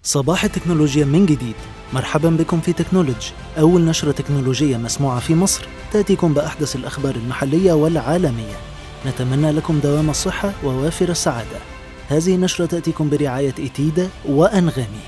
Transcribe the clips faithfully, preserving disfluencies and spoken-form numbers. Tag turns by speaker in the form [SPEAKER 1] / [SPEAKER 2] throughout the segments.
[SPEAKER 1] صباح التكنولوجيا من جديد. مرحبا بكم في تكنولوجي، أول نشرة تكنولوجية مسموعة في مصر تأتيكم بأحدث الأخبار المحلية والعالمية. نتمنى لكم دوام الصحة ووافر السعادة. هذه النشرة تأتيكم برعاية إتيدا وأنغامي.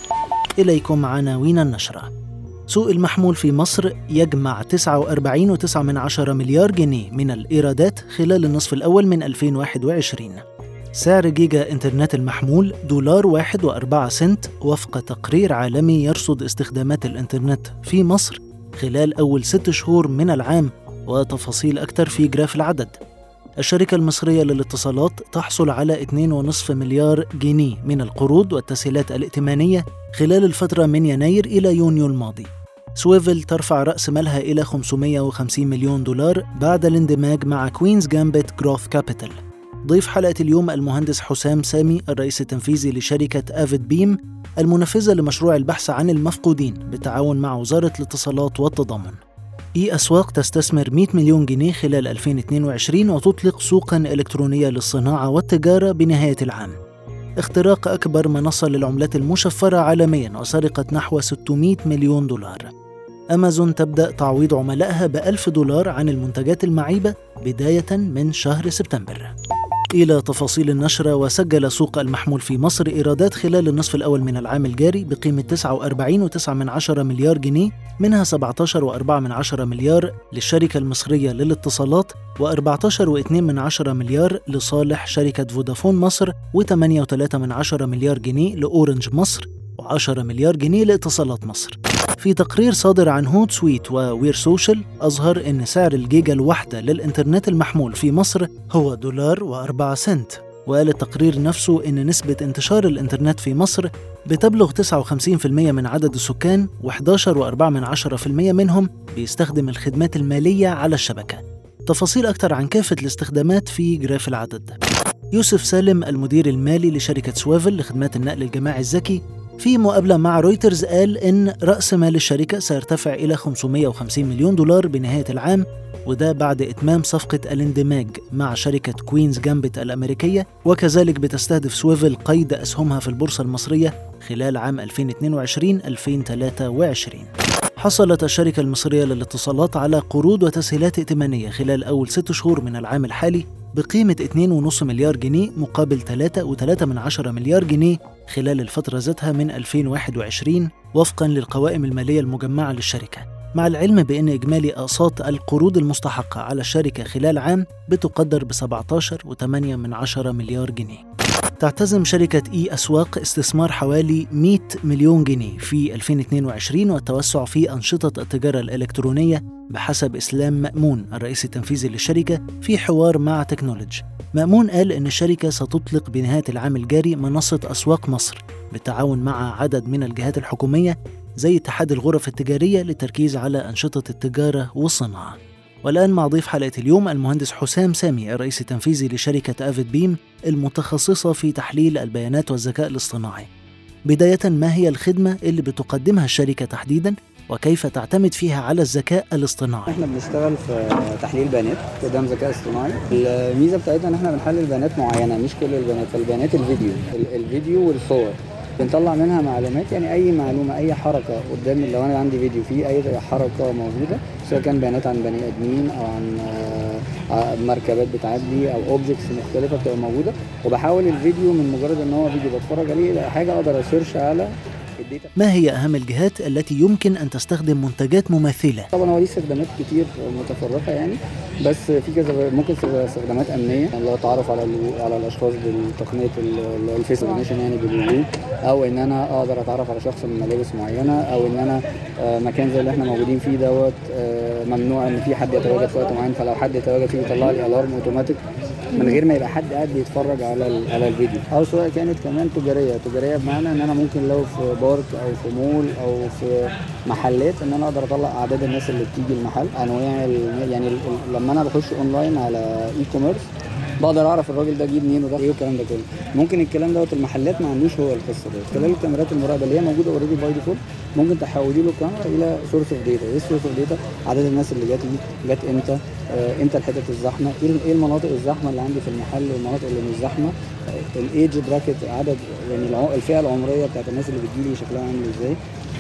[SPEAKER 1] إليكم عناوين النشرة. سوق المحمول في مصر يجمع تسعة وأربعين فاصلة تسعة مليار جنيه من الإيرادات خلال النصف الأول من ألفين وواحد وعشرين. سعر جيجا إنترنت المحمول دولار واحد وأربعة سنت وفق تقرير عالمي يرصد استخدامات الإنترنت في مصر خلال أول ست شهور من العام، وتفاصيل أكثر في جراف العدد. الشركة المصرية للاتصالات تحصل على اثنين فاصلة خمسة مليار جنيه من القروض والتسهيلات الائتمانية خلال الفترة من يناير إلى يونيو الماضي. سويفل ترفع رأس مالها إلى خمسمائة وخمسين مليون دولار بعد الاندماج مع كوينز جامبت جروث كابيتال. ضيف حلقة اليوم المهندس حسام سامي، الرئيس التنفيذي لشركة أفيد بيم المنفذة لمشروع البحث عن المفقودين بالتعاون مع وزارة الاتصالات والتضامن. إي أسواق تستثمر مئة مليون جنيه خلال ألفين واثنين وعشرين وتطلق سوقاً إلكترونية للصناعة والتجارة بنهاية العام. اختراق أكبر منصة للعملات المشفرة عالمياً وسرقة نحو ستمائة مليون دولار. أمازون تبدأ تعويض عملائها بألف دولار عن المنتجات المعيبة بداية من شهر سبتمبر. إلى تفاصيل النشرة. وسجل سوق المحمول في مصر إيرادات خلال النصف الأول من العام الجاري بقيمة تسعة وأربعين فاصلة تسعة مليار جنيه، منها سبعة عشر فاصلة أربعة مليار للشركة المصرية للاتصالات وأربعة عشر فاصلة اثنين مليار لصالح شركة فودافون مصر وثمانية فاصلة ثلاثة مليار جنيه لأورنج مصر وعشرة مليار جنيه لاتصالات مصر. في تقرير صادر عن هوت سويت ووير سوشيال أظهر أن سعر الجيجا الواحدة للإنترنت المحمول في مصر هو دولار وأربعة سنت. وقال التقرير نفسه أن نسبة انتشار الإنترنت في مصر بتبلغ تسعة وخمسين بالمئة من عدد السكان، وإحدى عشر فاصلة أربعة بالمئة منهم بيستخدم الخدمات المالية على الشبكة. تفاصيل أكثر عن كافة الاستخدامات في جراف العدد. يوسف سالم المدير المالي لشركة سويفل لخدمات النقل الجماعي الذكي في مقابلة مع رويترز قال إن رأس مال الشركة سيرتفع إلى خمسمائة وخمسين مليون دولار بنهاية العام، وده بعد إتمام صفقة الاندماج مع شركة كوينز جامبت الأمريكية. وكذلك بتستهدف سويفل قيد أسهمها في البورصة المصرية خلال عام ألفين واثنين وعشرين ألفين وثلاثة وعشرين. حصلت الشركة المصرية للاتصالات على قروض وتسهيلات ائتمانية خلال أول ست شهور من العام الحالي بقيمة اثنين فاصلة خمسة مليار جنيه مقابل ثلاثة فاصلة ثلاثة مليار جنيه خلال الفترة ذاتها من ألفين وواحد وعشرين وفقاً للقوائم المالية المجمعة للشركة، مع العلم بأن إجمالي أقساط القروض المستحقة على الشركة خلال عام بتقدر ب سبعة عشر فاصلة ثمانية مليار جنيه. تعتزم شركة إي أسواق استثمار حوالي مئة مليون جنيه في ألفين واثنين وعشرين والتوسع في أنشطة التجارة الإلكترونية بحسب إسلام مأمون الرئيس التنفيذي للشركة في حوار مع تكنولوجي. مأمون قال إن الشركة ستطلق بنهاية العام الجاري منصة أسواق مصر بالتعاون مع عدد من الجهات الحكومية زي اتحاد الغرف التجارية للتركيز على أنشطة التجارة والصناعة. والآن مع ضيف حلقة اليوم المهندس حسام سامي الرئيس التنفيذي لشركة أفيد بيم المتخصصة في تحليل البيانات والذكاء الاصطناعي. بداية، ما هي الخدمة اللي بتقدمها الشركة تحديداً وكيف تعتمد فيها على الذكاء الاصطناعي؟
[SPEAKER 2] احنا بنشتغل في تحليل بيانات قدام ذكاء اصطناعي. الميزة بتاعتنا ان احنا بنحلل بيانات معينة، مش كل البيانات، البيانات الفيديو الفيديو والصور بنطلع منها معلومات. يعني اي معلومه، اي حركه قدام، لو انا عندي فيديو فيه اي حركه موجوده، سواء كان بيانات عن بني ادمين او عن مركبات بتعدي او اوبجكتس مختلفه بتبقى موجوده، وبحاول الفيديو من مجرد ان هو فيديو بتفرج عليه الى حاجه اقدر اسيرش على الداتا.
[SPEAKER 1] ما هي اهم الجهات التي يمكن ان تستخدم منتجات مماثله؟
[SPEAKER 2] طبعا هو ليه استخدامات كتير متفرقه يعني، بس في كذا ممكن استخدامات امنيه، اللي هو تعرف على على الاشخاص بالتقنيه الفيس ريكوجنيشن يعني بالوجود، او ان انا اقدر اتعرف على شخص من ملابس معينه، او ان انا مكان زي اللي احنا موجودين فيه دوت ممنوع ان في حد يتواجد في وقت معين، فلو حد يتواجد فيه يطلع لي الارم اوتوماتيك من غير ما يبقى حد قاعد بيتفرج على على الفيديو. او سواء كانت كمان تجاريه تجاريه بمعنى ان انا ممكن لو في بارك او في مول او في محلات ان انا اقدر اطلع اعداد الناس اللي بتيجي المحل، انواع يعني لما انا بخش اونلاين على اي كوميرس بقدر اعرف الراجل ده جه منين وده ايه والكلام ده كله. ممكن الكلام دوت المحلات ما عندوش هو القصه دي. خلال الكاميرات المراقبه اللي هي موجوده اوريدي باي ديفولت ممكن تحولي له الكاميرا الى سورس اوف داتا. ايه سورس اوف داتا؟ عدد الناس اللي جت جت امتى، آه امتى الحتت الزحمه، ايه المناطق الزحمه اللي عندي في المحل والمناطق اللي مش زحمه، آه الايدج براكت، عدد يعني الفئه العمريه بتاعت الناس اللي بتجيلي شكلها عامل ازاي.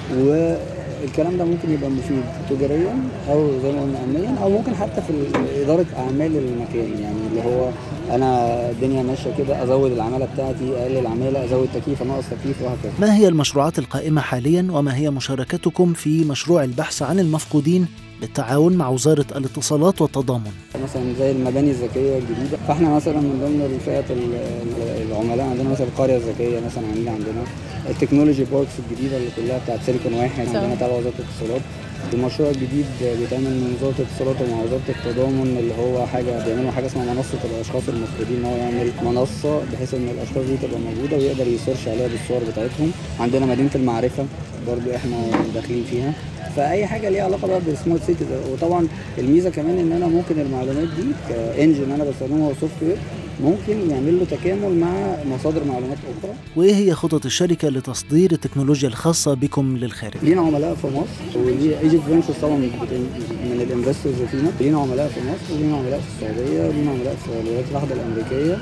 [SPEAKER 2] والكلام ده ممكن يبقى مفيد تجاريا او زي ما قلنا امنيا، او ممكن حتى في اداره اعمال المكان، يعني اللي هو انا الدنيا ماشيه كده ازود العماله بتاعتي، اقلل العماله، ازود تكييف، انقص تكييف، وهكذا.
[SPEAKER 1] ما هي المشروعات القائمه حاليا وما هي مشاركتكم في مشروع البحث عن المفقودين بالتعاون مع وزاره الاتصالات والتضامن؟
[SPEAKER 2] مثلا زي المباني الذكيه الجديده، فاحنا مثلا من ضمن الفئه العملاء عندنا مثلا القريه الذكيه، مثلا عندنا عندنا التكنولوجي باركس الجديده اللي كلها بتاعت سيليكون واحد عندنا تبع وزاره الاتصالات. المشروع الجديد بيتعمل من وزاره الاتصالات ومع وزاره التضامن، اللي هو حاجه بيعملوا حاجه اسمها منصه الاشخاص المفقودين، ان هو يعمل منصه بحيث ان الاشخاص دي تبقى موجوده ويقدر يسيرش عليها بالصور بتاعتهم. عندنا مدينه المعرفه برضو احنا داخلين فيها، فاي حاجه ليها علاقه بقى بالسمارت سيتي. وطبعا الميزه كمان ان انا ممكن المعلومات دي كانجن انا بستخدمه سوفت وير ممكن يعمل له تكامل مع مصادر معلومات اخرى.
[SPEAKER 1] وايه هي خطط الشركه لتصدير التكنولوجيا الخاصه بكم للخارج؟
[SPEAKER 2] لينا عملاء في مصر، وليه ايجيبت فينتشرز طبعا من الانفستورز فينا. لينا عملاء في مصر ولينا عملاء في السعوديه ولينا عملاء في الولايات المتحده الامريكيه.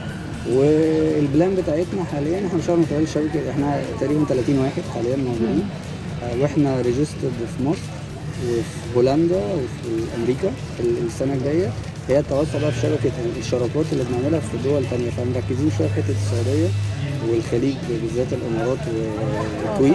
[SPEAKER 2] والبلان بتاعتنا حاليا احنا بنشتغل من خلال الشركه، احنا تقريبا ثلاثين واحد حاليا موجودين، واحنا ريجسترد في مصر وفي هولندا وفي امريكا السنه الجايه. هي التوسع بقى في شبكه الشراكات اللي بنعملها في دول ثانيه، فمركزين شويه في حته السعوديه والخليج بالذات الامارات والكويت،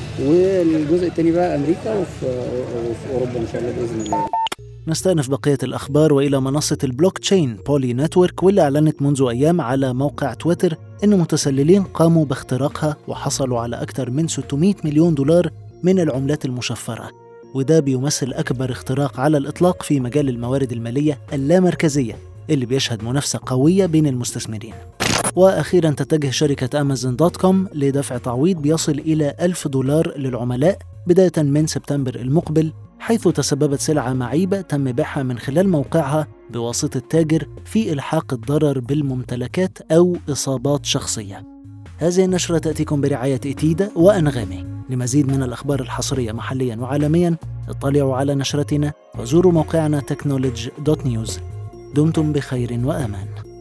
[SPEAKER 2] والجزء الثاني بقى امريكا وفي, وفي اوروبا ان شاء الله باذن الله.
[SPEAKER 1] نستأنف بقية الأخبار وإلى منصة البلوك تشين بولي نتورك، واللي أعلنت منذ أيام على موقع تويتر إن متسللين قاموا باختراقها وحصلوا على أكثر من ستمائة مليون دولار من العملات المشفرة، وده بيمثل أكبر اختراق على الإطلاق في مجال الموارد المالية اللامركزية اللي بيشهد منافسة قوية بين المستثمرين. وأخيراً تتجه شركة أمازون دوت كوم لدفع تعويض بيصل إلى ألف دولار للعملاء بداية من سبتمبر المقبل، حيث تسببت سلعة معيبة تم بيعها من خلال موقعها بواسطة تاجر في إلحاق الضرر بالممتلكات أو إصابات شخصية. هذه النشرة تأتيكم برعاية إتيدا وأنغامي. لمزيد من الأخبار الحصرية محلياً وعالمياً اطلعوا على نشرتنا وزوروا موقعنا تكنولوجي دوت نيوز. دمتم بخير وأمان.